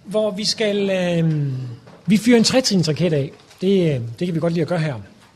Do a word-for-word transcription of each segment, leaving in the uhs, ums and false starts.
hvor vi skal... Øh, vi fyrer en tretrinsraket af. Det, det kan vi godt lide at gøre her.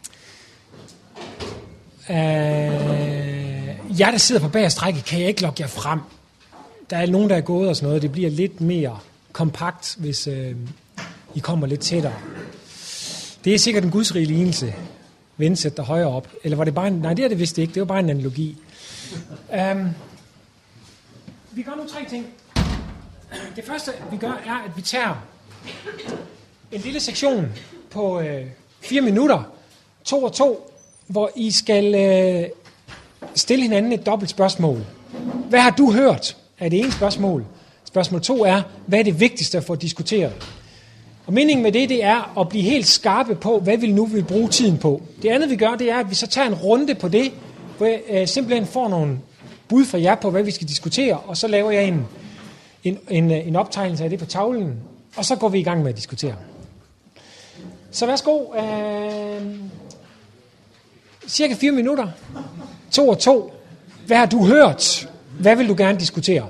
Øh, jeg, der sidder på bagerste række, kan jeg ikke logge jer frem. Der er nogen, der er gået og sådan noget. Det bliver lidt mere kompakt, hvis øh, I kommer lidt tættere. Det er sikkert en gudsrig lignelse. Vendsæt der højere op. Eller var det bare en... Nej, det er det vist ikke. Det var bare en analogi. Um, vi gør nu tre ting. Det første, vi gør, er, at vi tager en lille sektion på øh, fire minutter, to og to, hvor I skal øh, stille hinanden et dobbelt spørgsmål. Hvad har du hørt? Er det ene spørgsmål. Spørgsmål to er, hvad er det vigtigste at få diskuteret? Og meningen med det, det er at blive helt skarpe på, hvad vi nu vil bruge tiden på. Det andet, vi gør, det er, at vi så tager en runde på det, hvor jeg øh, simpelthen får nogle bud fra jer på, hvad vi skal diskutere, og så laver jeg en, en, en, en optegnelse af det på tavlen, og så går vi i gang med at diskutere. Så værsgo. Øh, cirka fire minutter. To og to. Hvad har du hørt? Hvad vil du gerne diskutere?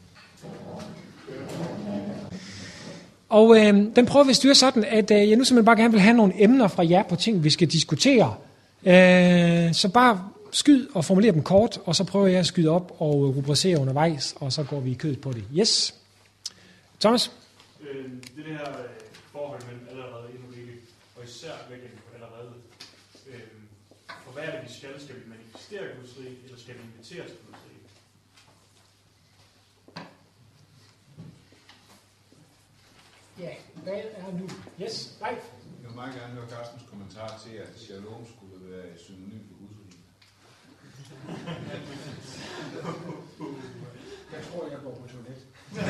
Og øh, den prøver vi at styre sådan, at øh, jeg nu simpelthen bare gerne vil have nogle emner fra jer på ting, vi skal diskutere. Øh, så bare skyd og formulere dem kort, og så prøver jeg at skyde op og rubricere undervejs, og så går vi i kødet på det. Yes. Thomas? Øh, det her øh, forhold mellem allerede endnu ikke, og især vækken på allerede. Øh, for hvad er det, vi skal? Skal vi manifestere Guds rige, eller skal vi invitere til Guds rige? Ja, hvad er nu? Yes, nej. Jeg vil meget gerne høre Carstens kommentar til, at shalom skulle være et synonym for Guds rige. Jeg tror, jeg går på toilet.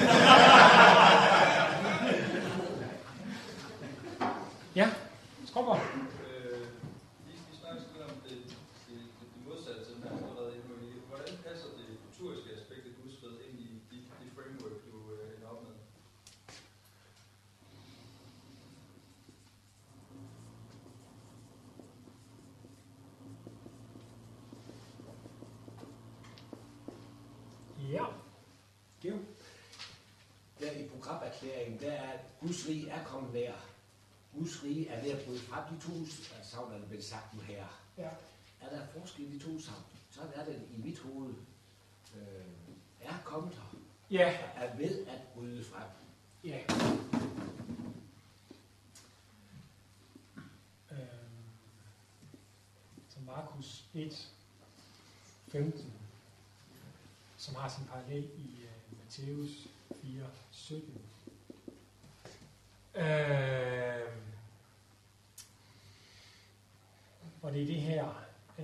Ja, Skovborg. Øh, vi snakker lidt om det, det, det modsatte til den her allerede endnu ikke. Hvordan passer det kulturiske aspekt af Guds fred ind i de, de framework, du øh, ender op med? Ja. Geo. Der i programerklæringen, der er, at Guds rige er kommet nær. Guds rige er ved at bryde frem. De to savn, er blevet sagt nu her. Ja. Er der forskel i de to savn? Så er det i mit hoved. Øh, er kommet her. Ja. Er ved at bryde frem. Ja. Øhm, så Markus et, femten, som har sin parallel i uh, Matthæus fire, sytten. Øh, og det er det her, øh,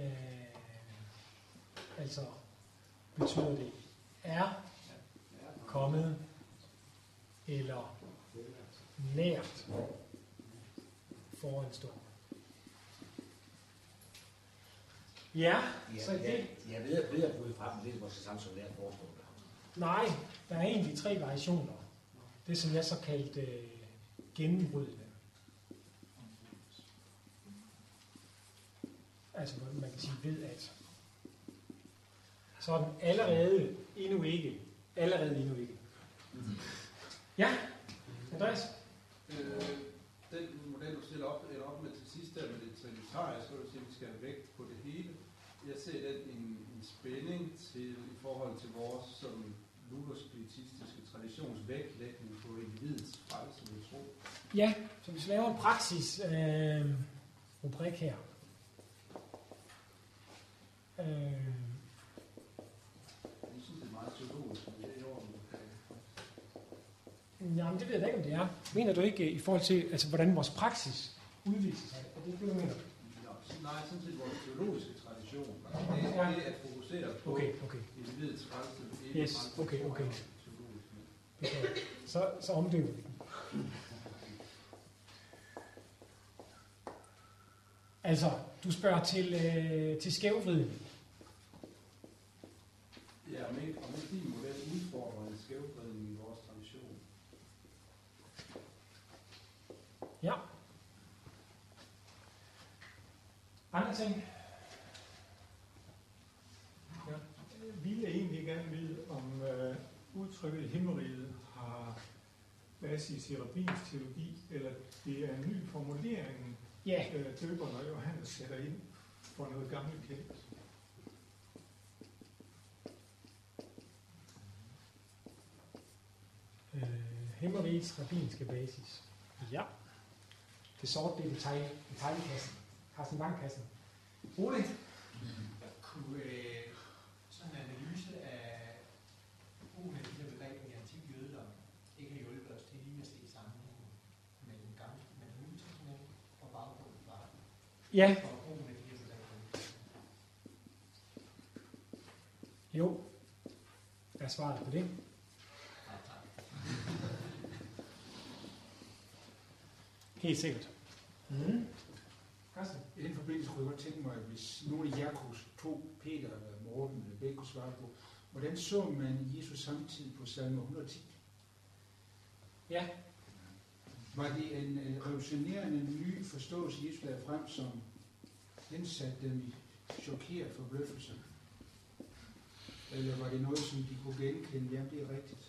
altså betyder det er kommet eller nært foranstående. Ja, Ja, så ja, det... jeg ved, ved at bryde frem, det er måske samme som nært forestående. Nej, der er egentlig tre variationer. Det som jeg så kaldte øh, gennembrydende. Altså man kan sige ved at. Sådan allerede endnu ikke. Allerede endnu ikke. Ja, Andreas? Øh, den model, du stiller op, eller op med til sidst der med det trinitariske, så vil du sige, at vi skal have vægt på det hele. Jeg ser den en, en spænding til, i forhold til vores som luthersk-pietistiske traditions vægtlægning på individets frelse ved tro. Ja, så vi laver en praksis øh, rubrik her. Øh, Jeg synes, det er meget teologisk, men det er i orden. Jamen, det ved jeg ikke, om det er. Mener du ikke i forhold til, altså, hvordan vores praksis udviser sig? Er det det, du mener? Nej, sådan set vores teologiske tradition. Det er det at fokusere på okay, okay. individets frelse. Yes, okay, okay. okay. Så, så omdøber vi den. Altså, du spørger til, øh, til skævvridning. Ja, om ikke, om ikke din model udfordrer en skævvridning i vores tradition. Ja. Andre ting? Ja. Vi vil egentlig gerne vide, om øh, udtrykket i himmeriget har basis i rabbinsk teologi, eller det er en ny formulering, Ja, øh, døberen og Johannes sætter ind for noget gammelt kendt. øh, Himmerigets rabbinske basis. Ja. Det sorte, det er detalj, detaljkassen. Carsten Bankkassen. Ole? Kunne øh, sådan en analyse af brugen af de her begreber i antik jødedom ikke have hjulpet os til lige at se sammenhængen med den gamle, med den nye testament og baggrunden fra Ja. for brugen af de her begreber? Jo. Hvad er svaret på det? Helt sikkert. Mm. Carsten? I den forbindelse kunne jeg godt tænke mig, hvis nogle af jer kunne, to, Peter eller Morten eller begge kunne svare på, hvordan så man Jesus samtidig på salme et hundrede og ti? Ja. Var det en uh, revolutionerende ny forståelse, Jesus lagde frem, som indsatte dem i chokeret forbløffelse? Eller var det noget, som de kunne genkende? Jamen, det er rigtigt.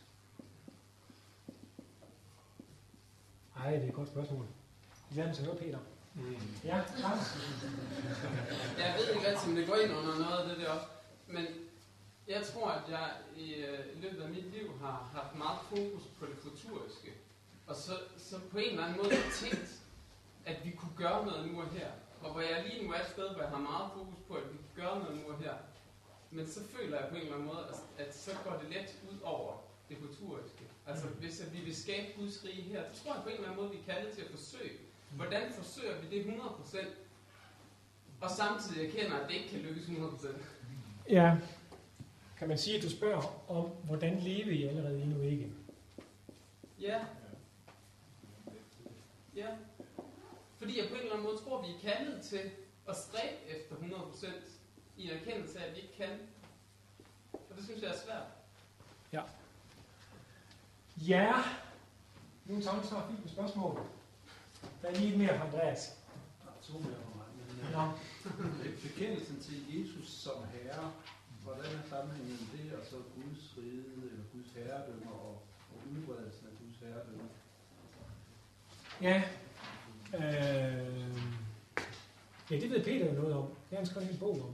Ej, det er et godt spørgsmål. Vi lader dem til at høre, Peter. Mm. Ja, Lars? Jeg ved ikke rigtig, om det går ind under noget af det der også. Men jeg tror, at jeg i, øh, i løbet af mit liv har haft meget fokus på det futuriske. Og så, så på en eller anden måde tænkt, at vi kunne gøre noget nu og her. Og hvor jeg lige nu er et sted, hvor jeg har meget fokus på, at vi kan gøre noget nu og her. Men så føler jeg på en eller anden måde, at, at så går det let ud over det futuriske. Altså hvis at vi vil skabe Guds rige her, så tror jeg på en eller anden måde, vi er kaldet til at forsøge. Hvordan forsøger vi det hundrede procent? Og samtidig erkender, at det ikke kan lykkes hundrede procent. Ja. Kan man sige, at du spørger om, hvordan lever I allerede endnu ikke? Ja. Ja. Fordi jeg på en eller anden måde tror, vi er kaldet til at stræbe efter hundrede procent i en erkendelse af, at vi ikke kan. Og det synes jeg er svært. Ja. Ja. Nu tager vi snart fint på spørgsmålet. Der er lige et mere fra Andreas. To mere for mig. Men, Nå. øh, bekendelsen til Jesus som herre, hvordan er sammenhængen med det, og så Guds rige, eller Guds herredømme, og, og udbredelsen af Guds herredømme? Ja. Øh... Ja, det ved Peter jo noget om. Det har han skrevet en bog om.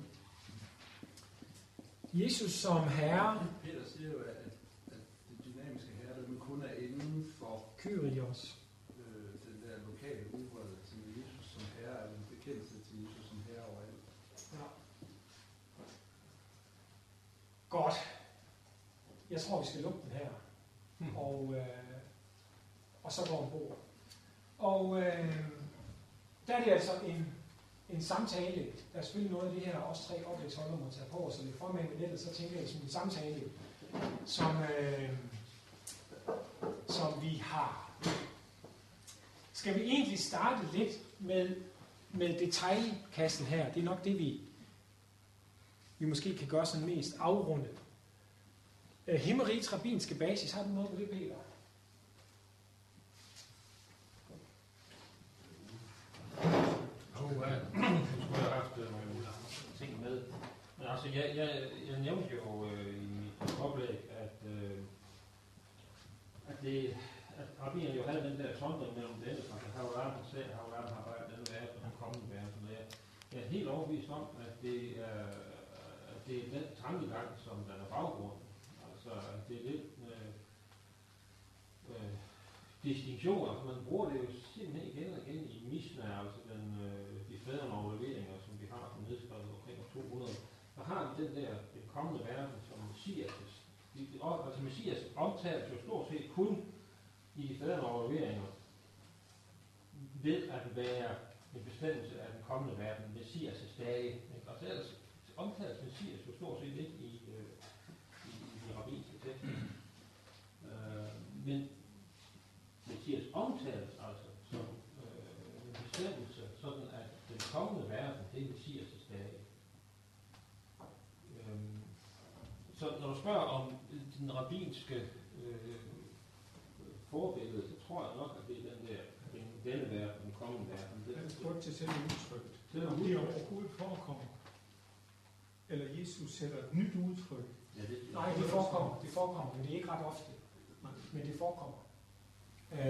Jesus som herre. Peter siger jo, at, at det dynamiske herredømme kun er inden for Kyrios. øh, den der lokale udbredelse med Jesus som herre, eller en bekendelse til Jesus som herre overalt. Ja. Godt. Jeg tror, vi skal lukke den her. Hmm. Og, øh, og så går ombord. Og øh, der er det altså en, en samtale. Der er selvfølgelig noget af det her, også tre oplægsholder må tage på, så det er formand med nettet, så tænker jeg som en samtale, som, øh, som vi har. Skal vi egentlig starte lidt med, med detaljkassen her? Det er nok det, vi, vi måske kan gøre sådan mest afrundet. Øh, Himmerigets rabbinske basis, har du noget på det, Peter? Oh, ja. Jeg skulle have haft øh, nogle ting med. Men altså, jeg, jeg, jeg nævnte jo øh, i mit oplæg, at, øh, at, det, at rabbinerne jo havde den der sondring mellem det, altså Havolam har selv, Havolam har bare den verden, og den kommende verden. Så jeg, jeg er helt overbevist om, at det er, at det er den tankegang, som den er baggrunden. Altså, det er lidt øh, øh, distinktioner, så man bruger det jo simpelthen igen og igen i Mishnah, altså den, øh, de fædrende overleveringer, som vi har som nedskrevet omkring to hundrede. Der har vi den der, den kommende verden, som Messias. Altså Messias omtales jo stort set kun i de fædrende overleveringer ved at være en bestemmelse af den kommende verden, Messias' dage. Og så ellers omtales Messias jo stort set ikke i, øh, i, i de rabbinske tekster. Øh, men Messias omtales altså som øh, en bestemmelse, sådan at den kommende verden, det er Messias' dage. Øh, så når du spørger om den rabbinske øh, forbillede, så tror jeg nok, at det er den der, den, denne verden, den kommende verden. Jeg spurgte til selve udtrykket. Om det overhovedet forekommer. Eller Jesus sætter et nyt udtryk. Ja, det, Nej, det forekommer, det forekommer, men det er ikke ret ofte. Men det forekommer. Øh,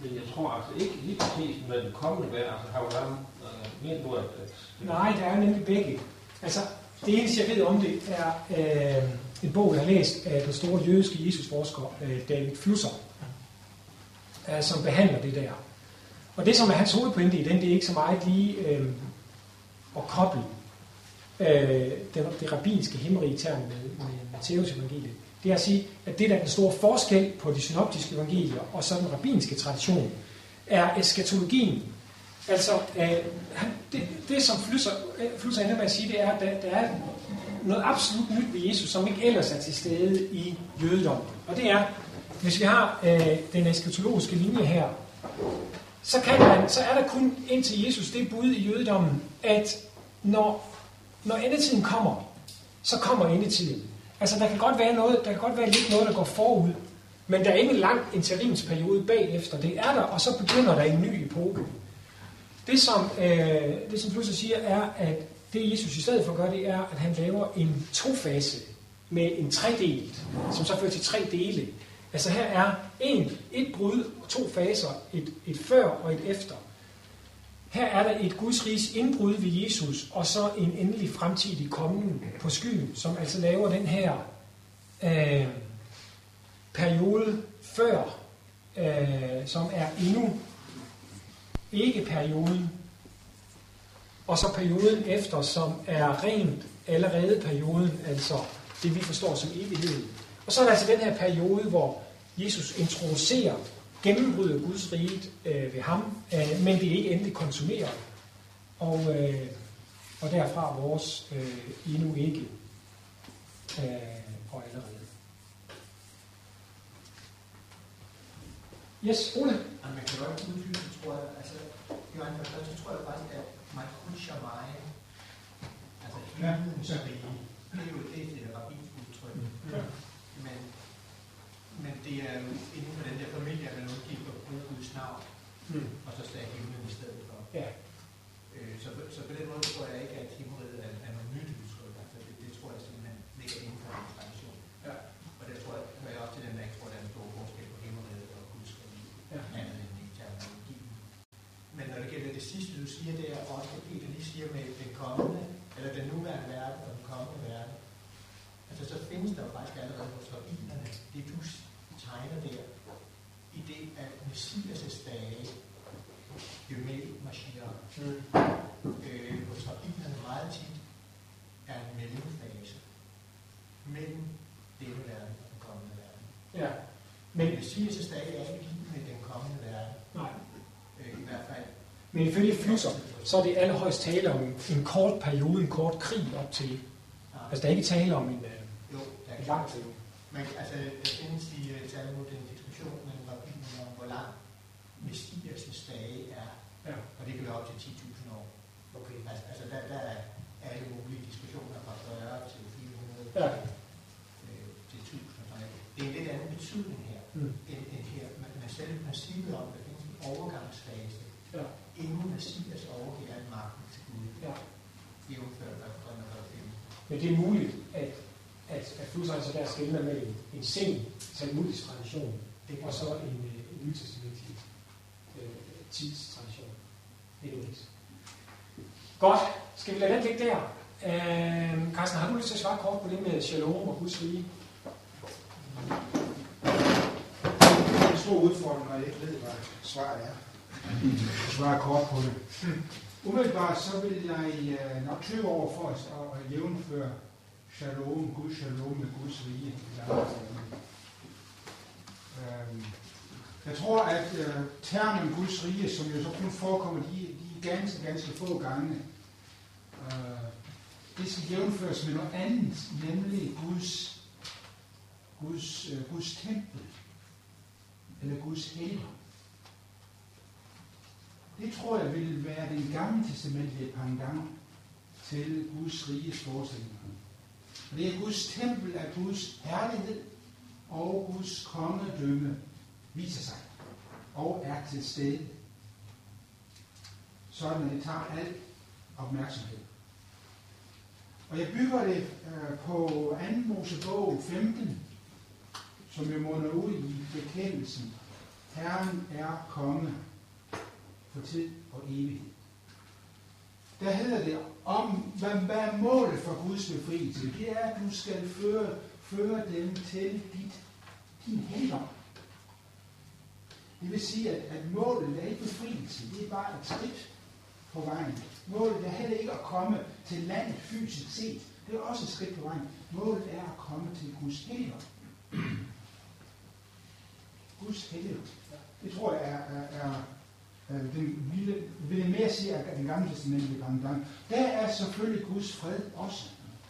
Men jeg tror altså ikke lige præcis med den kommende verden, altså har jo været, øh, mener du, at, at... Nej, der er nemlig begge. Altså, det eneste, jeg ved om det, er øh, en bog, jeg har læst af den store jødiske Jesusforsker, øh, David Flusser, øh, som behandler det der. Og det, som er hans hovedpointe i den, det er ikke så meget lige øh, at koble øh, det, det rabbinske himmerige term med, med Matteus evangeliet. Det er at sige, at det der er den store forskel på de synoptiske evangelier og så den rabbinske tradition, er eskatologien. Altså, øh, det, det som Flusser, Flusser ender med at sige, det er, at der, der er noget absolut nyt ved Jesus, som ikke ellers er til stede i jødedommen. Og det er, hvis vi har øh, den eskatologiske linje her, så, kan man, så er der kun indtil Jesus det bud i jødedommen, at når, når endetiden kommer, så kommer endetiden. Altså, der kan godt være noget, der kan godt være lidt noget, der går forud, men der er ikke en lang interimsperiode bagefter. Det er der, og så begynder der en ny epoke. Det, som, øh, det, som Flusser siger, er, at det Jesus i stedet for gør, det er, at han laver en tofase med en tredelt, som så fører til tre dele. Altså her er en, et brud og to faser, et, et før og et efter. Her er der et Guds riges indbrud ved Jesus, og så en endelig fremtidig kommen på skyen, som altså laver den her øh, periode før, øh, som er endnu ikke perioden, og så perioden efter, som er rent allerede perioden, altså det vi forstår som evigheden. Og så er der altså den her periode, hvor Jesus introducerer gennembrud af Guds rige øh, ved ham, øh, men det er ikke endelig konsumeret. Og, øh, og derfra vores øh, endnu ikke øh, og allerede. Yes, Ole? Man kan godt uddybe, tror jeg, altså, Johan, for første tror jeg faktisk, at Malchut Shamayim, altså himlens rige, det er jo det, det er rabbinsk udtryk. Ja. Men, men det er jo inden for den der familie, at man udgik for at bruge Guds navn, mm. og så stadig himlen i stedet for. Ja. Øh, så, så på den måde tror jeg ikke, at himmeriget er, er noget nyt udtryk. Altså, det, det tror jeg simpelthen ligger inden for en tradition. Ja. Og det tror jeg, hører jeg også til den, der ikke tror, der er en stor forskel på himmeriget og Guds rige. Ja. Andet end i terminologien. Men når det gælder det sidste, du siger, det er også, at Peter lige siger med den kommende, eller den nuværende verden og den kommende verden. Altså, så findes der jo faktisk allerede hos rabbinerne, det du tegner der, i det, at Messias' dage, Gymel Mashiach, mm. øh, hos rabbinerne meget tit er en mellemfase mellem denne verden og den kommende verden. Ja. Men Messias' dage er ikke lige med den kommende verden. Nej. Øh, I hvert fald. Men ifølge Flusser, så er det allerhøjst tale om en kort periode, en kort krig op til. Ja. Altså, der er ikke tale om en, jo, der en lang periode. Men altså, der findes i uh, Talmud en diskussion mellem rabbinerne om, hvor lang Messias' dage er. Ja. Og det kan være op til ti tusind år. Okay. Altså, altså der, der er alle mulige diskussioner fra fyrre til fire hundrede ja. øh, til tusind. Det er en lidt anden betydning her, mm. end, end her. Man, man selv princippet om, at der findes en overgangsfase, ja. inden Messias overgiver al magten til Gud. Ja. Jævnført af grønne og finde. Men det er muligt, at at, at Flusser altså der skelner mellem en sen talmudisk tradition og så en, en nytestamentlig øh, tidstradition. Det er det. Godt. Skal vi lade den ligge der? Øh, Carsten, har du lyst til at svare kort på det med Shalom og Guds rige? Det er en stor udfordring, når jeg ikke ved, hvad svaret er. Jeg svarer kort på det. Umiddelbart så vil jeg uh, nok tøve over for os at jævnføre Shalom, Guds shalom med Guds rige. Jeg tror, at uh, termen Guds rige, som jo så kun forekommer de, de ganske, ganske få gange, uh, det skal jævnføres med noget andet, nemlig Guds, Guds, uh, Guds tempel, eller Guds helligdom. Det tror jeg vil være den gamle testamentlige pendant til Guds riges forestillinger. Det er Guds tempel af Guds herlighed og Guds kongedømme viser sig og er til stede. Sådan at det tager al opmærksomhed. Og jeg bygger det øh, på anden Mosebog femten, som jo munder ud i bekendelsen Herren er konge for tid og evighed. Der hedder det om, hvad, hvad er målet for Guds befrielse? Det er, at du skal føre, føre dem til dit, din helligdom. Det vil sige, at, at målet er ikke befrielse, det er bare et skridt på vejen. Målet er heller ikke at komme til landet fysisk set. Det er også et skridt på vejen. Målet er at komme til Guds helligdom. Guds helligdom. Det tror jeg er, er, er, er den ville, vil mere sige, at den gamle testamentlige gang gang. Der er selvfølgelig Guds fred også,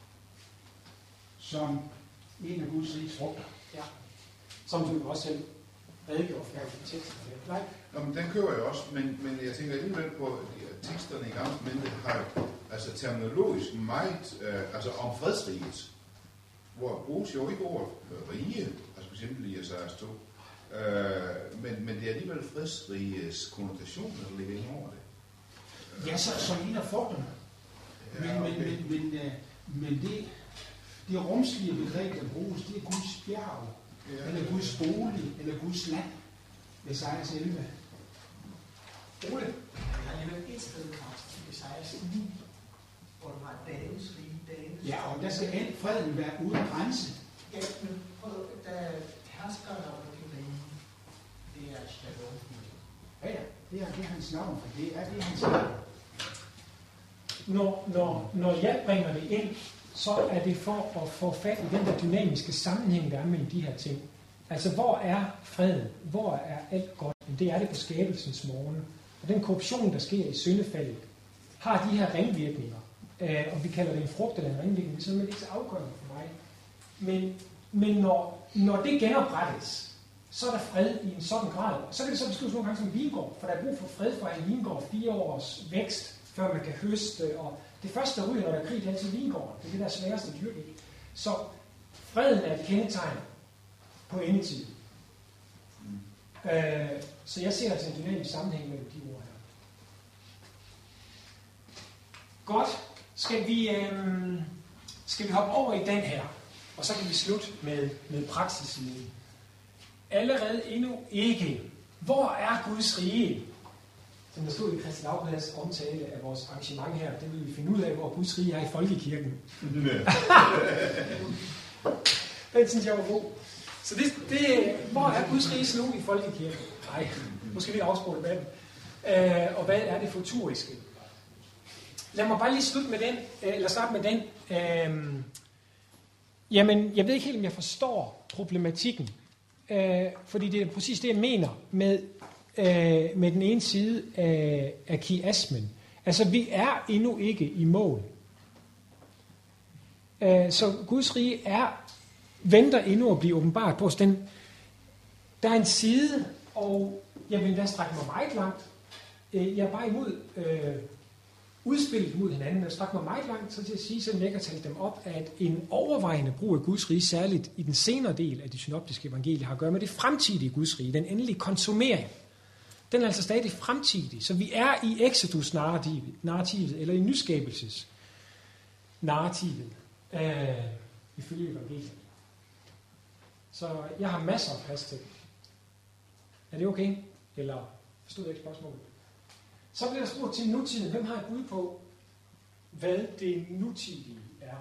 som en af Guds riges frugter. Ja. Som du også selv redegjorde for i teksten. Nej. Nå, men den køber jeg også, men, men jeg tænker alligevel på, at teksterne i gamle testamentet har altså terminologisk meget, øh, altså om fredsriget, hvor bruges jo ikke ordet rige, altså for eksempel i Esajas to, øh, men, men det er alligevel fredsriges konnotation, der ligger ind over det. Ja, så, som en af frugterne. Men, ja, okay. men, men, men, men det, det rumslige begreb, der bruges, det er Guds bjerg, ja, eller Guds bolig, eller Guds land. Esajas elleve. Ole? Jeg har alligevel et sted faktisk, Esajas ni, hvor du har Davids rige, Davids. Ja, og der skal alt freden være uden grænse. Ja, men prøv, der hersker over det rige, det er Shalom. Ja, ja, det er, det er hans navn, for det er det, hans navn. Når, når, når jeg bringer det ind, så er det for at få fat i den der dynamiske sammenhæng, der er mellem de her ting. Altså, hvor er freden? Hvor er alt godt? Det er det på skabelsens morgen. Og den korruption, der sker i syndefaldet, har de her ringvirkninger. Øh, og vi kalder det en frugt eller en ringvirkning. Det er simpelthen ikke så afgørende for mig. Men, men når, når det genoprettes, så er der fred i en sådan grad. Så kan det så beskrives nogle gange som en vingård, for der er brug for fred fra en vingård, fire års vækst, før man kan høste. Og det første, der ryger, når der er krig, det er altid vingården. Det er det, der er sværeste at dyrke. Så freden er et kendetegn på endetiden. Mm. Øh, så jeg ser altså en dynamisk sammenhæng mellem de ord her. Godt. Skal vi, øh, skal vi hoppe over i den her, og så kan vi slutte med, med praksisen. Allerede endnu ikke. Hvor er Guds rige? Som der stod i Christian Lavblads omtale af vores arrangement her, det vil vi finde ud af, hvor Guds rige er i folkekirken. Den synes jeg var god. Så det, det, hvor er Guds rige nu i folkekirken? Nej, måske vi afspore debatten. Øh, og hvad er det futuriske? Lad mig bare lige slutte med den, eller starte med den. Øh, jamen, jeg ved ikke helt, om jeg forstår problematikken. Øh, fordi det er præcis det, jeg mener med, øh, med den ene side af, af kiasmen. Altså, vi er endnu ikke i mål. Øh, så Guds rige er venter endnu at blive åbenbart på os. Den, der er en side, og jeg vil endda strække mig meget langt. Jeg er bare imod øh, udspillet mod hinanden, jeg strækker mig meget langt, så til at sige, selvom jeg ikke har talt dem op, at en overvejende brug af Guds rige, særligt i den senere del af de synoptiske evangelier, har at gøre med det fremtidige Guds rige, den endelige konsumering. Den er altså stadig fremtidig, så vi er i Exodus-narrativet, eller i nyskabelses-narrativet, øh, ifølge evangeliet. Så jeg har masser af plads til. Er det okay? Eller forstod jeg ikke spørgsmålet? Så bliver der spurgt til nutiden. Hvem har et bud på, hvad det nutidige er?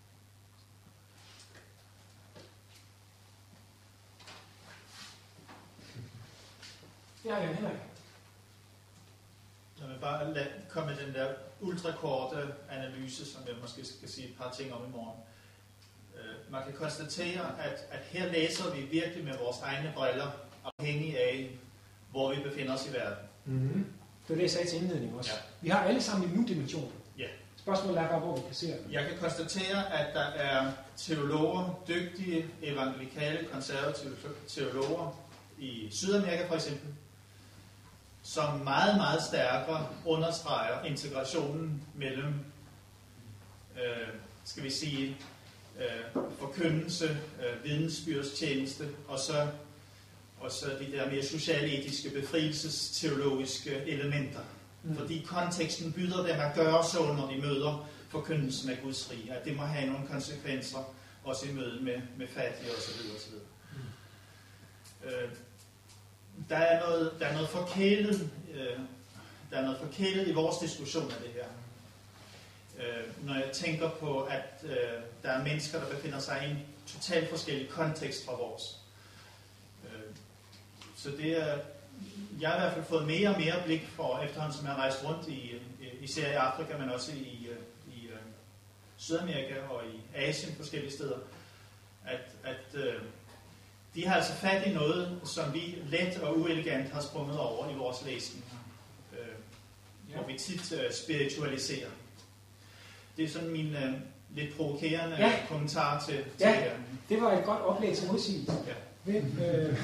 Det har jeg heller ikke. Jeg vil bare lade, komme med den der ultrakorte analyse, som jeg måske skal sige et par ting om i morgen. Man kan konstatere, at, at her læser vi virkelig med vores egne briller, afhængig af, hvor vi befinder os i verden. Mm-hmm. Det var det, jeg sagde til indledning også. Ja. Vi har alle sammen en nu-dimension. Ja. Spørgsmålet er bare, hvor vi placerer den. Jeg kan konstatere, at der er teologer, dygtige, evangelikale, konservative teologer i Sydamerika for eksempel, som meget, meget stærkere understreger integrationen mellem, øh, skal vi sige, øh, forkyndelse, øh, vidensbyrdstjeneste, og så, og så de der mere socialetiske, befrielsesteologiske elementer. Mm. Fordi konteksten byder dem at gøre så, når de møder forkyndelsen af Guds rige, at det må have nogle konsekvenser, også i mødet med, med fattige osv. osv. Mm. Øh, der er noget, der er noget forkælet, øh, der er noget forkælet i vores diskussion af det her. Øh, når jeg tænker på, at øh, der er mennesker, der befinder sig i en totalt forskellig kontekst fra vores. Øh, så det er, jeg har i hvert fald fået mere og mere blik for, efterhånden som jeg har rejst rundt i, især i Afrika, men også i, i øh, Sydamerika og i Asien, forskellige steder, at, at øh, de har altså fat i noget, som vi let og uelegant har sprunget over i vores læsning, øh, ja. Hvor vi tit øh, spiritualiserer. Det er sådan min øh, lidt provokerende ja. kommentar til, til ja. det her. Det var et godt oplæg til modsigelse. Ja. Hvem, øh...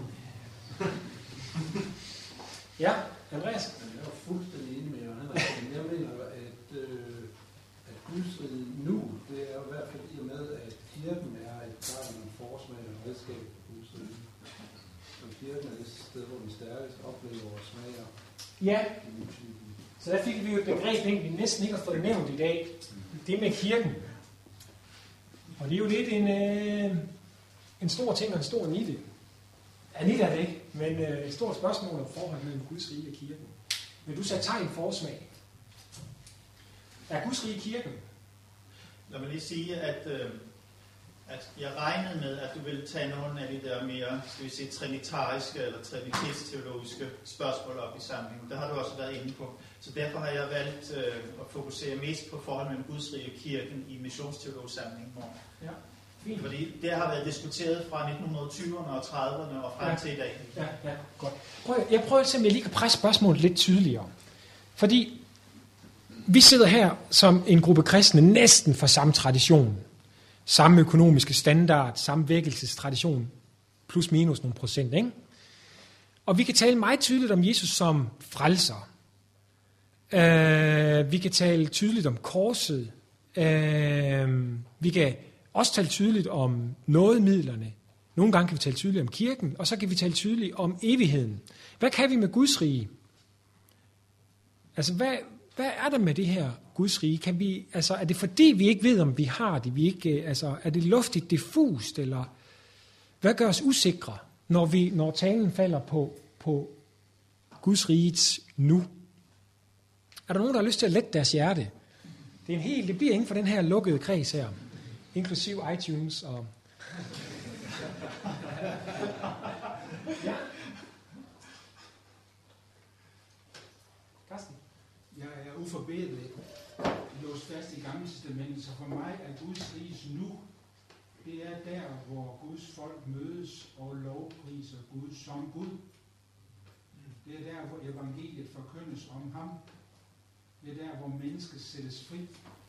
ja, Andreas? Jeg er fuldstændig enig med Johannes. Jeg mener, at, øh, at Gudsriget nu, det er i hvert fald i og med, at kirken er et klart en forsmag og redskab for Gudsriget. Så kirken er det sted, hvor vi stærkest oplever vores smager. Ja, så der fik vi jo et begreb, vi næsten ikke har fået nævnt i dag. Det med kirken. Og det er jo lidt en, øh, en stor ting og en stor nitte. Ja, nitte er det ikke, men øh, et stort spørgsmål om forholdet mellem Guds rige og kirken. Vil du sætte tegn forsmag? Er Guds rige kirken? Lad mig lige sige, at, øh, at jeg regnede med, at du ville tage nogle af de der mere, skal vi sige, trinitariske eller trinitetsteologiske spørgsmål op i sammenhængen. Der har du også været inde på. Så derfor har jeg valgt øh, at fokusere mest på forholdet mellem Guds rige og kirken i missionsteologisk sammenhæng. Ja. Fint. Fordi det har været diskuteret fra nitten tyverne og trediverne og frem ja. til i dag. Ja, ja, godt. Prøv, jeg prøver at se, om jeg lige kan presse spørgsmålet lidt tydeligere. Fordi vi sidder her som en gruppe kristne næsten fra samme tradition. Samme økonomiske standard, samme vækkelsestradition, plus minus nogle procent, ikke? Og vi kan tale meget tydeligt om Jesus som frelser. Uh, vi kan tale tydeligt om korset. Uh, vi kan også tale tydeligt om nådemidlerne. Nogle gange kan vi tale tydeligt om kirken, og så kan vi tale tydeligt om evigheden. Hvad kan vi med Guds rige? Altså, hvad, hvad er der med det her Guds rige? Kan vi, altså, er det fordi, vi ikke ved, om vi har det? Vi ikke, altså, er det luftigt diffust, eller hvad gør os usikre, når, vi, når talen falder på, på Guds rigets nu? Er der nogen, der har lyst til at lette deres hjerte? Det er en helt, det bliver inden for den her lukkede kreds her, inklusiv iTunes og... Ja. Carsten? Jeg er uforbedelig låst fast i Gamle Testamentet, så for mig er Guds riges nu, det er der, hvor Guds folk mødes og lovpriser Gud som Gud. Det er der, hvor evangeliet forkyndes om ham. Det er der, hvor mennesket sættes fri.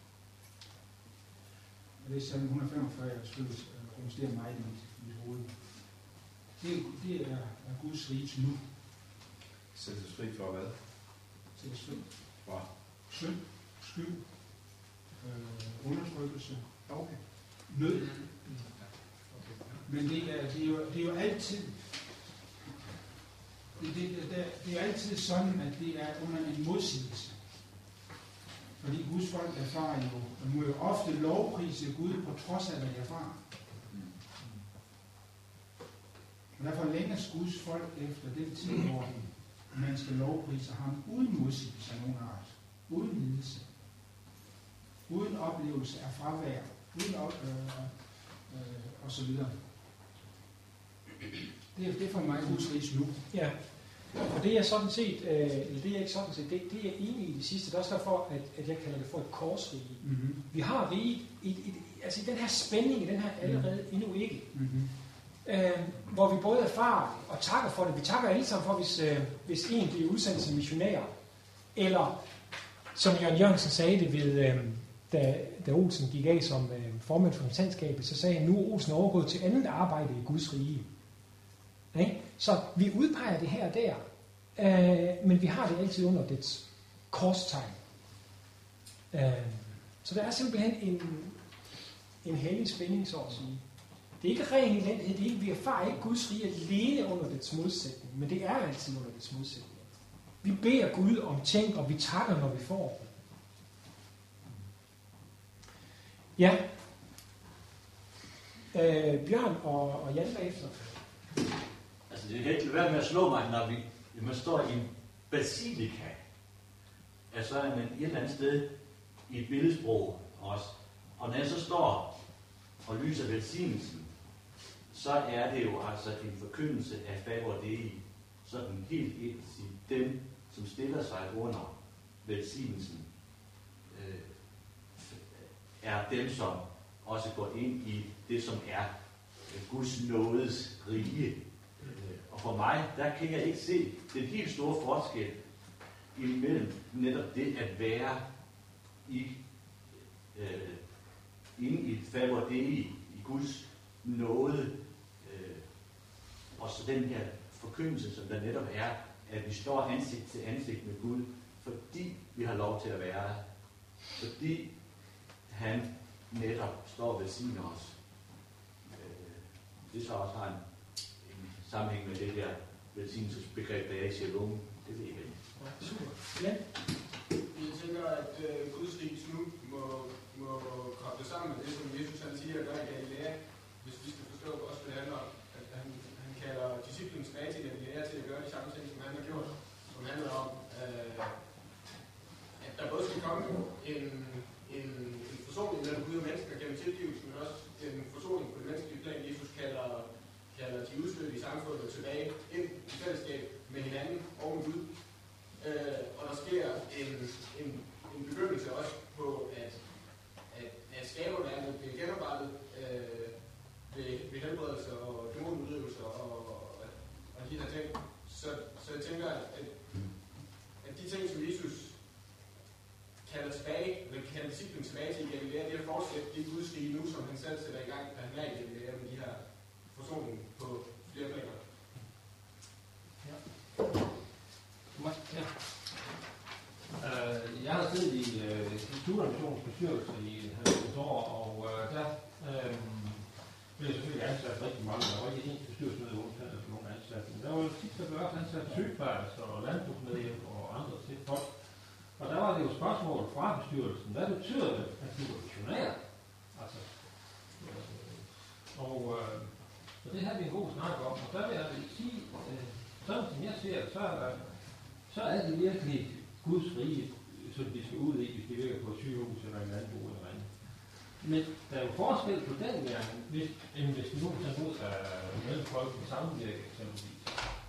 Og det er salme et hundrede femogfyrre, jeg skulle rumstere mig i mit hoved. Det, det er, er Guds riges nu. Sættes fri for hvad? Sættes fri. Fra? Synd, skyld, øh, undertrykkelse, okay. nød. Okay. Men det er, det, er jo, det er jo altid det, det, det, det er altid sådan, at det er under en modsigelse. Fordi Guds folk erfarer jo, man må jo ofte lovprise Gud på trods af, hvad de erfarer. Og derfor længes Guds folk efter den tid, hvor man skal lovprise ham uden modsigelse af nogen art. Uden lidelse. Uden oplevelse af fravær. Uden op, øh, øh, og så videre. Det er, det er for mig Guds riges nu. Ja. Og det er sådan set, øh, eller det er ikke sådan set, det, det er enig i det sidste. Det er også derfor, at, at jeg kalder det for et korsrige. Mm-hmm. Vi har riget, i, i, altså i den her spænding, i den her allerede mm-hmm. endnu ikke. Mm-hmm. Øh, hvor vi både erfarer og takker for det. Vi takker alle sammen for, hvis, øh, hvis en bliver udsendt som missionær. Eller, som Jørgen Jørgensen sagde det, ved, øh, da, da Olsen gik af som øh, formand for repræsentantskabet, så sagde han, nu er Olsen overgået til andet arbejde i Guds rige. Okay? Så vi udpeger det her og der, øh, men vi har det altid under dets korstegn. Øh, så der er simpelthen en, en hellig spænding, så at sige. Det er ikke ren elendighed, det er ikke, vi erfarer ikke Guds rige alene under dets modsætning, men det er altid under dets modsætning. Vi beder Gud om ting, og vi takker, når vi får dem. Ja. Øh, Bjørn og, og Jan bagefter. altså det kan ikke være med at slå mig, når vi, man står i en basilika, at så er man et eller andet sted i et billedsprog også. Og når jeg så står og lyser velsignelsen, så er det jo altså en forkyndelse af Faber Dei, sådan helt ind til dem, som stiller sig under velsignelsen, øh, er dem, som også går ind i det, som er Guds nådes rige. Og for mig, der kan jeg ikke se den helt store forskel imellem netop det at være i øh, inde i et Faber Dei, i Guds nåde, øh, og så den her forkyndelse, som der netop er, at vi står ansigt til ansigt med Gud, fordi vi har lov til at være her. Fordi han netop står og velsigner os. Øh, det så også har en, en sammenhæng med det der velsignelsesbegreb, der er i Shalom. Det ved jeg ikke. Super. Ja. Jeg tænker, at øh, Guds rigs nu må, må koble sammen med det, som Jesus han siger, der i Galilea, hvis vi skal forstå også, hvad det handler om. At han, han kalder disciplen tilbage til Galilea til at gøre de samme ting, som han har gjort. Som handler om, øh, at der både skal komme en, en, en forsoning mellem Gud og mennesker gennem tilgivelse, men også en forsoning på det menneskelige plan. Jesus kalder, kalder de udstødte i samfundet tilbage ind i fællesskab med hinanden og med Gud. Øh, og der sker en, en, en begyndelse også på, at, at, at skaberværket bliver genoprettet øh, ved, ved helbredelse og dæmonuddrivelser og, og, og de her ting. Så, så jeg tænker, at, at de ting, som Jesus kalder tilbage, vil kalde disciplen tilbage til i Galilea, det er at fortsætte det Guds rige nu, som han selv sætter i gang, da han er i Galilea med de her forsoning på flere planer. Ja. Ja. Uh, jeg har siddet i uh, Studermissionens bestyrelse i halvfems år, og uh, der uh, blev jeg selvfølgelig ansat rigtig mange. Der var ikke en bestyrelsesmøde undtaget for nogle ansatte, men der var jo tit, der blev også ansat sygeplejersker og landbrugsmedhjælp og andre til folk. Og der var det jo spørgsmål fra bestyrelsen. Hvad betyder det, at du er missionær? Altså, øh, og, øh, og det har vi en god snak om. Og der vil jeg sige, øh, sådan som jeg ser det, så er der så er det virkelig Guds rige, som de skal ud i, hvis de virker på et sygehus eller en landbrug eller andet. Men der er jo forskel på den verden, hvis, end hvis du nu tager ud af mellemfolk med sammenvirke eksempelvis.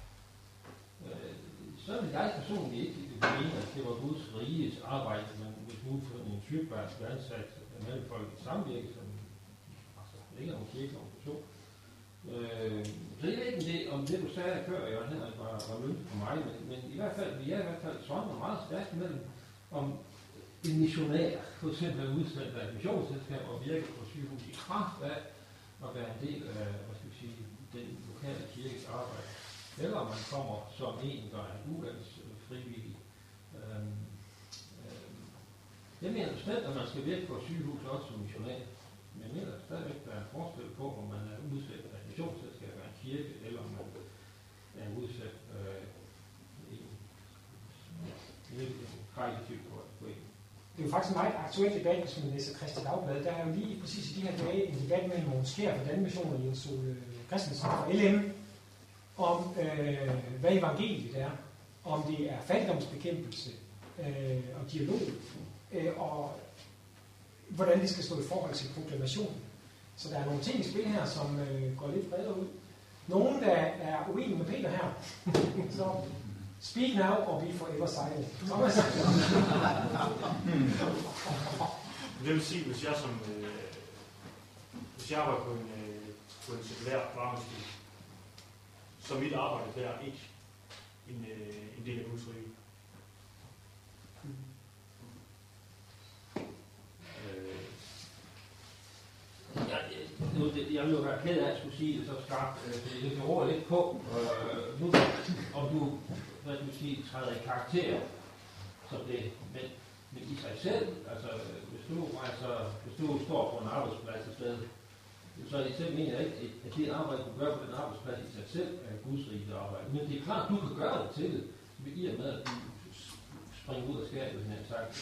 Øh, så vil jeg personligt ikke mene, at det var Guds riges arbejde, men hvis nu for en sygeplejerske blev ansat mellemfolk i sammenvirke, som altså ikke er nogen kirkeorganisation. Øh, så jeg ved ikke, det, om det du sagde før, Jørgen Henrik, var, var mødt for mig, men, men i hvert fald, vi er i hvert fald sådan meget stærkt mellem, om en missionær, for eksempel er udsendt af et missionsselskab og virke på sygehus i kraft af at være en del af, hvad skal vi sige, den lokale kirkes arbejde. Eller man kommer som en, der er ulandsfrivillig. Øhm, øhm, jeg mener bestemt, at man skal virke på sygehus også som missionær. Men jeg mener stadigvæk, der er en forskel på, om man er udsat af et missionsselskab af en kirke, eller om man er udsat af øh, en, en karitativ på en. Det er jo faktisk en meget aktuel debat, hvis man læser Kristi Dagblad. Der er jo lige præcis i de her dage en debat mellem Mogens Kjær fra Danmission og Jens Ole Christensen fra L M, om øh, hvad evangeliet er, om det er fattigdomsbekæmpelse øh, og dialog, øh, og hvordan det skal stå i forhold til proklamationen. Så der er nogle ting i spil her, som øh, går lidt bredere ud. Nogen, der er uenige med Peter her, så speak now or be forever silent. Det vil sige, hvis jeg som øh, hvis jeg var på en, øh, på en sekulær varmeskib, så mit arbejde der er ikke en, øh, en del af Guds rige. Jeg, jeg, jeg vil jo være ked af at skulle sige det så skarpt, fordi det kan råde lidt på, øh, nu, om du, hvad du sige, træder i karakter som det, men, men i sig selv, altså hvis du, altså, hvis du står på en arbejdsplads et sted, så er det selv mener jeg ikke, at det arbejde, du gør på den arbejdsplads i sig selv, er Guds rige arbejde. Men det er klart, du kan gøre det til det, i og med, at du springer ud af skabet, sådan jeg sagt.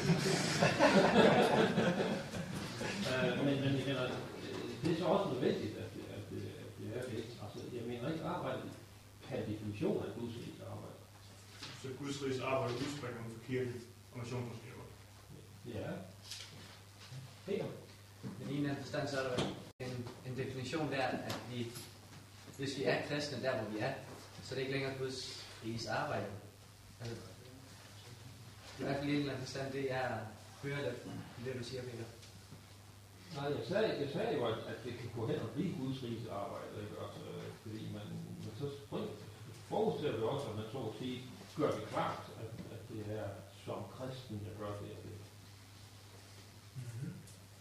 uh, men, men jeg mener, det er så også nødvendigt, at, at, at det er det. Altså, jeg mener ikke, at arbejdet have definition af Guds riges arbejde. Så Guds riges arbejde udspringer for kirken og missionsskaber. Ja. Peter. Men i en anden forstand, så er der en, en definition der, at vi, hvis vi er kristne der, hvor vi er, så er det ikke længere Guds riges arbejde. Altså, det er i hvert fald i en eller anden forstand, det jeg hører det, det du siger, Peter. Nej, jeg sagde, jeg sagde jo, at, at det kan gå hen og blive Guds riges arbejde, ikke? Også, øh, fordi man, man så forudser vi også, at man så at sige, gør det klart, at, at det er som kristen, der gør det. Mm-hmm.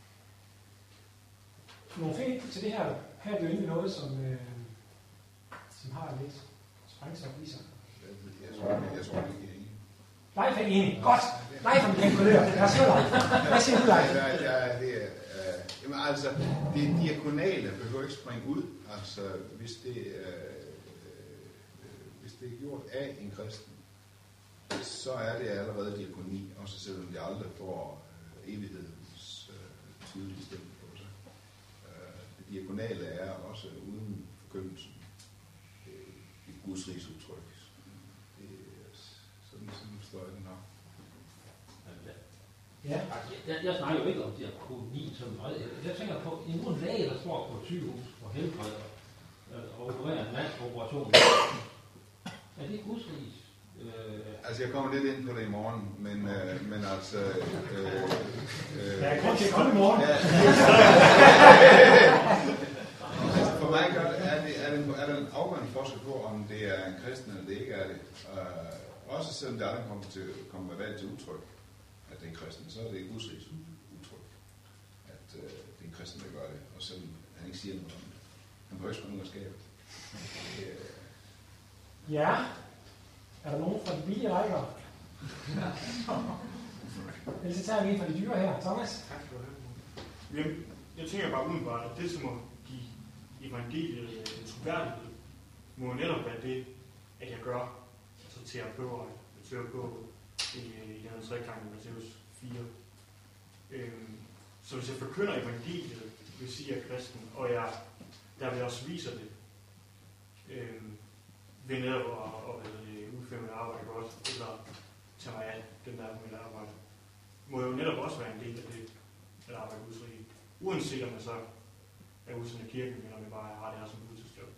Nogle fint til det her. Her er det jo egentlig noget, som, øh, som har lidt sprængstof i sig. Jeg tror, jeg, jeg tror ikke, jeg er enig. Leif er enig. Godt. Leif er min kollega. Lad os høre dig. Hvad siger du, Leif? Ja, ja, det er, øh, jamen, altså, det diakonale behøver ikke springe ud. Altså, hvis det, øh, hvis det er gjort af en kristen, så er det allerede diakoni, også selvom de aldrig får øh, evighedens øh, tydelige stemme på sig. Øh, det diakonale er også uden forkyndelsen øh, et Guds rigs udtryk. Det er sådan, sådan forstår jeg det nok. Ja. Jeg, jeg snakker jo ikke om diakoni som noget. Jeg tænker på en uden læge, der står på et sygehus og helbreder og opererer en mandsoperation. Er det Guds rigs? Øh, altså, jeg kommer lidt ind på det i morgen, men, øh, men altså... Øh, øh, ja, jeg kommer til at komme i morgen. Ja. Altså, for mig gør det, er, det, er, det, er der en afgørende forskel på, om det er en kristen, eller det ikke er det. Uh, også selvom det aldrig kommer til kommer valgt til udtryk, at det er en kristen, så er det Guds rigs udtryk, at uh, det er en kristen, der gør det, og selvom han ikke siger noget om det. Han behøver ikke noget at skabe. Ja. Er der nogen fra de billige rækker? Ellers så tager vi en fra de dyre her. Thomas? Tak for det. Jeg tænker bare umiddelbart, at det som må give evangeliet en troværdighed, må netop være det, at jeg gør, altså terapeuter, terapeut i, i den treklang i Matthæus fire. Øhm, så hvis jeg forkynder evangeliet, vil sige, at jeg er kristen, og jeg derved også viser det, øhm, ved netop at, at, at udføre mit arbejde godt, eller tage mig af den der på mit arbejde, må jo netop også være en del af det, at arbejde Guds rige. Uanset om jeg så er udsendt af kirken, eller om jeg bare har det her som fuldtidsjob.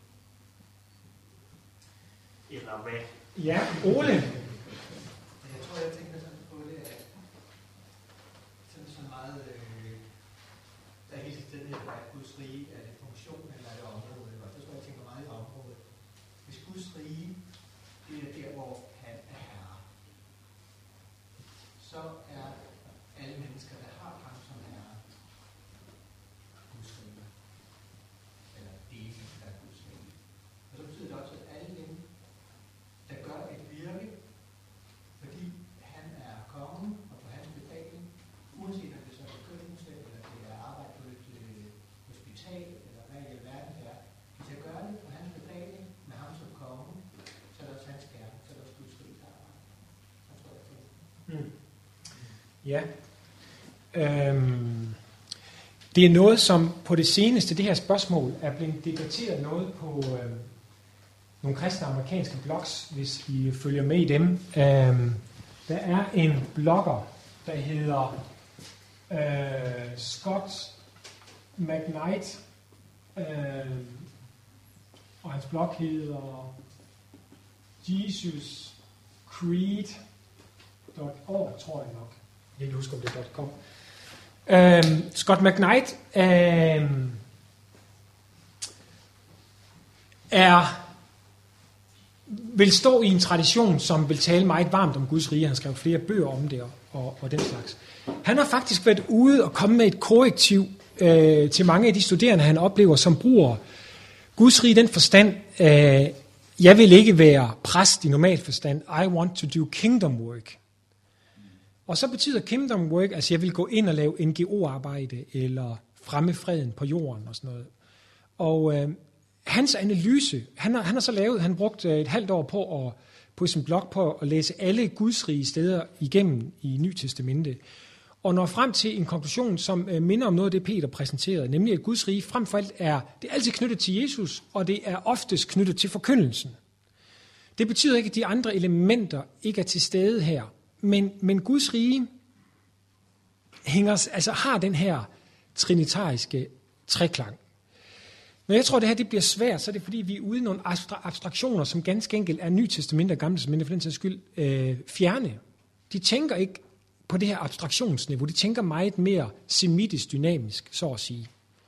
Eller hvad? Ja, Ole. Jeg tror, jeg tænker sådan på det, at sådan så meget, øh, der er hele tiden det, at Guds rige, er det funktion eller er det område, eller det tror jeg, jeg tænker meget i området. Hvis Guds rige, det er der, hvor han er herre, så er alle mennesker, der har ham som herre, Guds rige. Eller dele af Guds rige. Og så betyder det også, at alle dem, der gør et virke, fordi han er kongen og på hans befaling, uanset om det så er forkyndelse, eller det er arbejde på et øh, hospital, eller hvad i alverden det er, hvis jeg gør det på hans befaling, med ham som konge, så er det også hans gerne, så er det også Guds rige arbejde. Så står jeg til. Mm. Ja. Øhm, det er noget, som på det seneste, det her spørgsmål, er blevet debatteret noget på øhm, nogle kristne amerikanske blogs, hvis I følger med i dem. Øhm, der er en blogger, der hedder øh, Scott McKnight, øh, og hans blog hedder Jesus Creed punktum org, tror jeg nok. Jeg kan ikke huske, om det er .com. Øhm, Scott McKnight øhm, er vil stå i en tradition, som vil tale meget varmt om Guds rige. Han skrev flere bøger om det og, og den slags. Han har faktisk været ude og komme med et korrektiv øh, til mange af de studerende, han oplever, som bruger Guds rige i den forstand. Øh, jeg vil ikke være præst i normal forstand. I want to do kingdom work. Og så betyder kingdom work, altså jeg vil gå ind og lave N G O-arbejde, eller fremme freden på jorden og sådan noget. Og øh, hans analyse, han har, han har så lavet, han brugt et halvt år på at, på sin blog på at læse alle gudsrige steder igennem i Nye Testamente, og når frem til en konklusion, som øh, minder om noget af det, Peter præsenterede, nemlig at Guds rige frem for alt er, det er altid knyttet til Jesus, og det er oftest knyttet til forkyndelsen. Det betyder ikke, at de andre elementer ikke er til stede her. Men, men Guds rige hænger, altså har den her trinitariske treklang. Når jeg tror, at det her det bliver svært, så er det fordi, vi er ude i nogle abstraktioner, som ganske enkelt er Nye Testament og Gamle Testament, for den sags skyld, øh, fjerne. De tænker ikke på det her abstraktionsniveau. De tænker meget mere semitisk dynamisk, så at sige.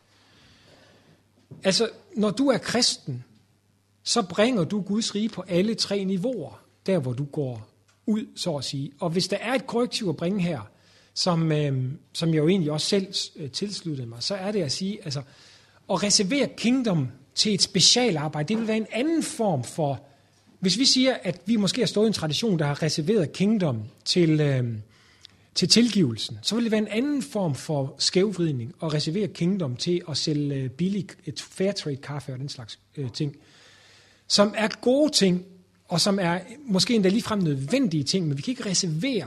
Altså, når du er kristen, så bringer du Guds rige på alle tre niveauer, der hvor du går ud, så at sige. Og hvis der er et korrektiv at bringe her, som, øh, som jeg jo egentlig også selv øh, tilsluttede mig, så er det at sige, altså, at reservere kingdom til et specialarbejde, det vil være en anden form for, hvis vi siger, at vi måske har stået i en tradition, der har reserveret kingdom til, øh, til tilgivelsen, så vil det være en anden form for skævvridning at reservere kingdom til at sælge billig, et fair trade kaffe og den slags øh, ting, som er gode ting, og som er måske endda ligefrem nødvendige ting, men vi kan ikke reservere,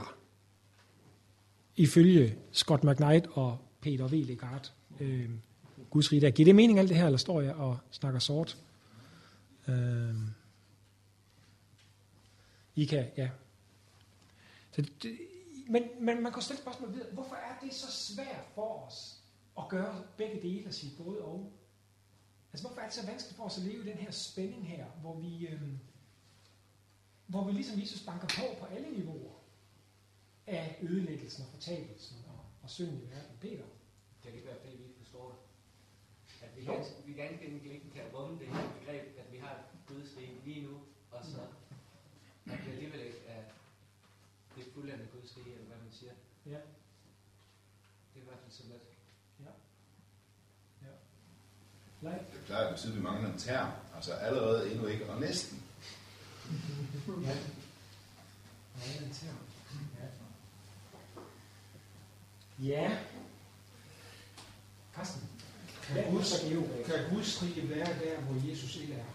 ifølge Scott McKnight og Peter V. Legard, øh, Guds rige der. Giver det mening alt det her, eller står jeg og snakker sort? Øh, I kan, ja. Så det, men, men man kan stille spørgsmålet videre. Hvorfor er det så svært for os at gøre begge dele og sige både og? Altså hvorfor er det så vanskeligt for os at leve i den her spænding her, hvor vi, øh, hvor vi ligesom Jesus banker på på alle niveauer af ødelæggelsen og fortabelsen og, og synden i verden? Peter? Kan det ikke være, fordi vi ikke forstår det? At vi ganske, vi ganske enkelt ikke kan rumme det her begreb, at vi har et Guds rige lige nu, og så at det alligevel ikke er det fuldendte Guds rige, eller hvad man siger. Ja. Det er i hvert fald så let. Ja. Ja. Det er klart, at det betyder, at vi mangler en term. Altså allerede, endnu ikke, og næsten. Ja. Ja, en term. Ja. Ja. Karsten. Kan Guds, kan Guds rige være der, hvor Jesus ikke er?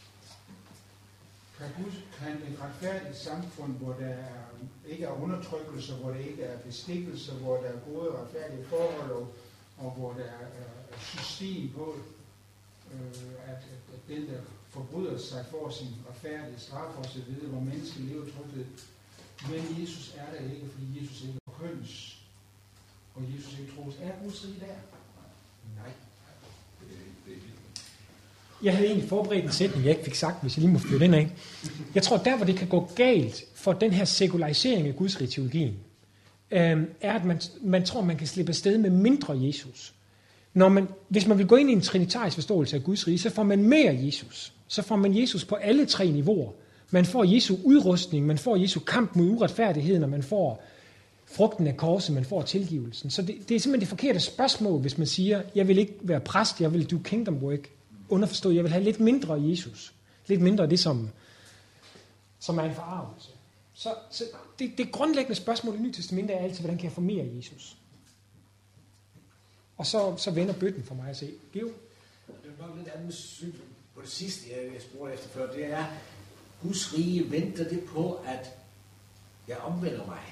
Kan, Gud, kan et retfærdigt samfund, hvor der er, ikke er undertrykkelse, hvor der ikke er bestikkelse, hvor der er gode retfærdige forhold, og, og hvor der er, er system på, øh, at, at, at den, der forbryder sig for sin retfærdige straf og så videre, hvor mennesker lever tryghed. Men Jesus er der ikke, fordi Jesus ikke forkyndes, og Jesus ikke tros. Er Guds rige der? Nej. Jeg havde egentlig forberedt en sætning, jeg ikke fik sagt, hvis jeg lige må flytte den af. Jeg tror, der hvor det kan gå galt for den her sekularisering af Guds rige-teologien, øh, er, at man, man tror, man kan slippe afsted med mindre Jesus. Når man, hvis man vil gå ind i en trinitarisk forståelse af Guds rige, så får man mere Jesus. Så får man Jesus på alle tre niveauer. Man får Jesu udrustning, man får Jesu kamp mod uretfærdigheden, og man får frugten af korset, man får tilgivelsen. Så det, det er simpelthen det forkerte spørgsmål, hvis man siger, jeg vil ikke være præst, jeg vil do kingdom work. Underforstået, jeg vil have lidt mindre af Jesus. Lidt mindre af det, som, som er en forarvelse. Så, så det, det grundlæggende spørgsmål i Nye Testamentet er altid, hvordan kan jeg få mere af Jesus? Og så, så vender bøtten for mig at se. Geo? Det er nok lidt andet syn på det sidste, jeg spurgte efter før. Det er, Guds rige venter det på, at jeg omvender mig.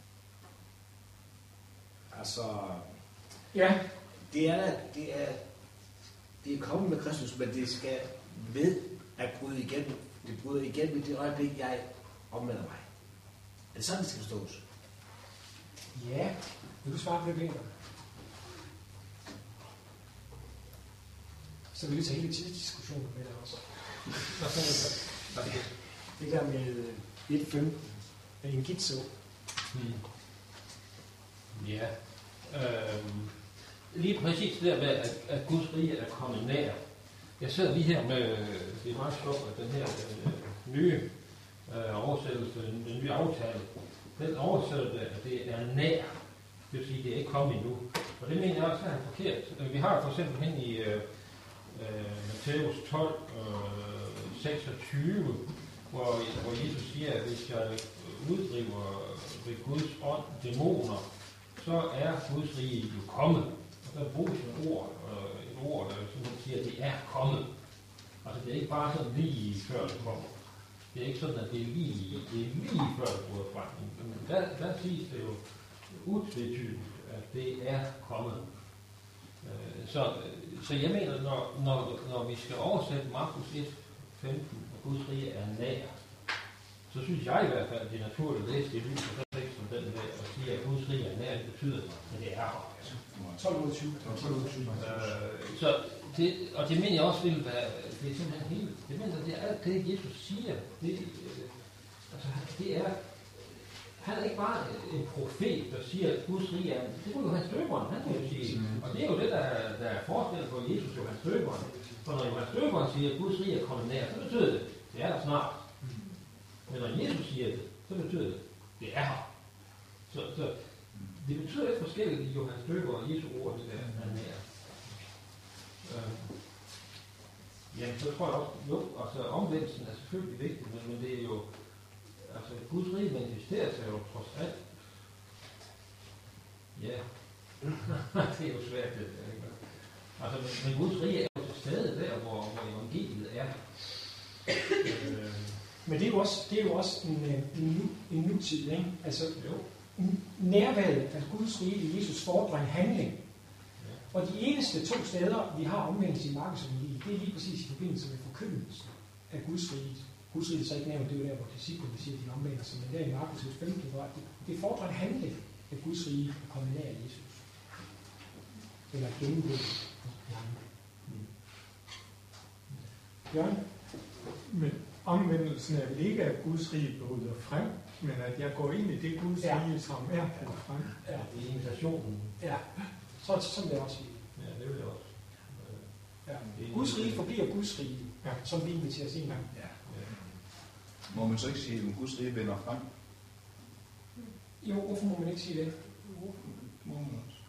Altså, ja. det er, det er, det er kommet med Kristus, men det skal ved at bryde igennem. Det bryder igennem i det øjeblik, jeg omvender mig. Er det sådan, det skal forstås? Ja. Vil du svare på det, Peter? Så vil vi tage hele tidsdiskussionen med dig også. Det der med et femten af en gitso. Hmm. Ja. Øhm. Lige præcis det der med, at, at Guds rige er kommet nær. Jeg sidder lige her med, det er meget sjovt, at den her øh, nye øh, oversættelse, den, den nye aftale, den oversætter det, at det er nær. Det vil sige, at det er ikke kommet endnu. Og det mener jeg også er forkert. Vi har for eksempel hen i øh, Matthæus tolv, øh, seksogtyve, hvor, hvor Jesus siger, at hvis jeg uddriver ved Guds ånd dæmoner, så er Guds rige jo kommet. Og der bruges et ord, øh, et ord, der simpelthen siger, at det er kommet. Altså det er ikke bare sådan lige før det kommer. Det er ikke sådan, at det er lige, det er lige før det bryder frem. Men der, der siges det jo utvetydigt, at det er kommet. Øh, så, så jeg mener, når, når, når vi skal oversætte Markus et femten, og Guds rige er nær, så synes jeg i hvert fald, at det er naturligt at læse det lys og tekst som den der, og sige, at Guds rige er nær, det betyder noget, men det er her. tolv tyve. Øh, så det, og det mener jeg også vil være, det er simpelthen helt, det mener det er alt det, Jesus siger, det, øh, altså, det er, han er ikke bare en profet, der siger, at Guds rige er, det kunne jo Johannes Døberen, han kan jo sige, og det er jo det, der, der er forskellen på Jesus og Johannes Døberen. For når Johannes Døberen siger, at Guds rige er kommet nær, så betyder det, det er der snart. Men når Jesus siger det, så betyder det, det er her. Så, så det betyder lidt forskelligt i Johannes Døberen og Jesu ord, det der er nær. Øh, ja, så tror jeg også, jo, altså omvendelsen er selvfølgelig vigtig, men, men det er jo, altså Guds rige manifesterer sig jo trods alt. Ja, det er jo svært det der, ikke? Altså, men, men Guds rige er jo til stede der, hvor, hvor evangeliet er. Øh, Men det er jo også, det er jo også en, en, en nutid, ikke? Altså, jo. Nærværet af Guds rige i Jesus fordrer en handling. Ja. Og de eneste to steder, vi har omvendelse i Markus evangeliet, det er lige præcis i forbindelse med forkyndelsen af Guds rige. Guds rige er så ikke nævnt, det er jo der, hvor disciplene siger, at de omvender sig, men der i Markus femten, hvor det, det fordrer en handling af Guds rige at komme nær Jesus. Eller gennemgå i ham. Jørgen? Men omvendelsen er vel ikke, at Guds rige bryder frem, men at jeg går ind i det Guds ja. rige, som er brudt frem. Ja, det er invitationen. Ja, så, sådan vil jeg også sige. Ja, det vil jeg også. Ja. Guds rige forbliver Guds rige, ja. Som vi inviterer os en gang. Ja. Må man så ikke sige, at Guds rige vender frem? Jo, hvorfor må man ikke sige det? Må man også.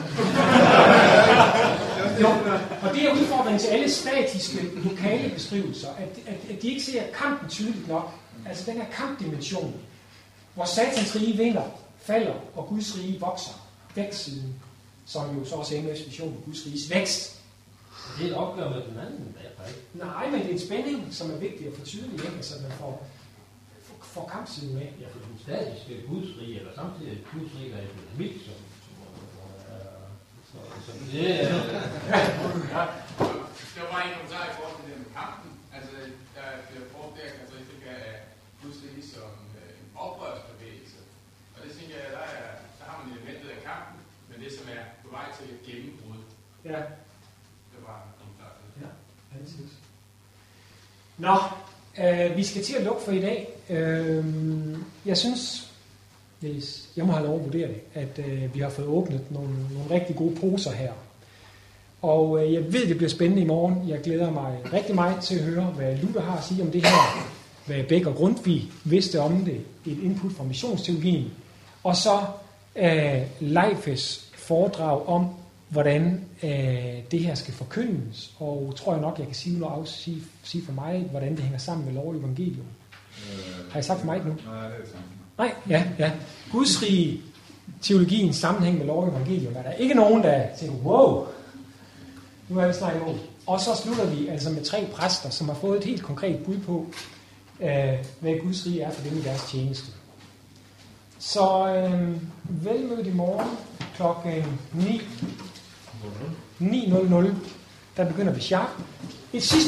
Jo, og det er udfordringen til alle statiske lokale beskrivelser, at, at, at de ikke ser kampen tydeligt nok. Altså den her kampdimension, hvor satans rige vinder, falder, og Guds rige vokser. Vækstsiden, som jo så også er M F's vision på Guds riges vækst. Det er et opgør med den anden, der ikke? Nej, men det er en spænding, som er vigtig at få tydeligt, ikke? Altså man får, får kampsiden med. Ja, for den statiske Guds rige, eller samtidig Guds rige, der er et dynamik, som Så, så det er... ja. Det var bare en kommentar i forhold til det med kampen. Altså, der bliver brugt der karakteristika af Guds rige som øh, en oprørsbevægelse. Og det tænker jeg, der, er, der har man elementet af kampen, men det som er på vej til et gennembrud. Ja. Det var en kommentar til det. Ja, altid. Nå, øh, vi skal til at lukke for i dag. Øh, jeg synes... Hvis jeg må have lov at vurdere det, at øh, vi har fået åbnet nogle, nogle rigtig gode poser her. Og øh, jeg ved, det bliver spændende i morgen. Jeg glæder mig rigtig meget til at høre, hvad Luther har at sige om det her. Hvad Bæk og Grundtvig vidste om det. Et input fra missionsteologien. Og så øh, Leifes foredrag om, hvordan øh, det her skal forkyndes. Og tror jeg nok, jeg kan sige noget sige, sige for mig, hvordan det hænger sammen med lov og evangelium. Øh, har jeg sagt for mig nu? Nej, det er sandt. Nej, ja, ja. Guds rige teologiens sammenhæng med lov og evangelium. Er der ikke nogen, der tænker, wow, nu er vi snart i mål. Og så slutter vi altså med tre præster, som har fået et helt konkret bud på, øh, hvad Guds rige er for dem i deres tjeneste. Så øh, velmødt i morgen klokken ni nul nul. Der begynder vi sharp. Et sidste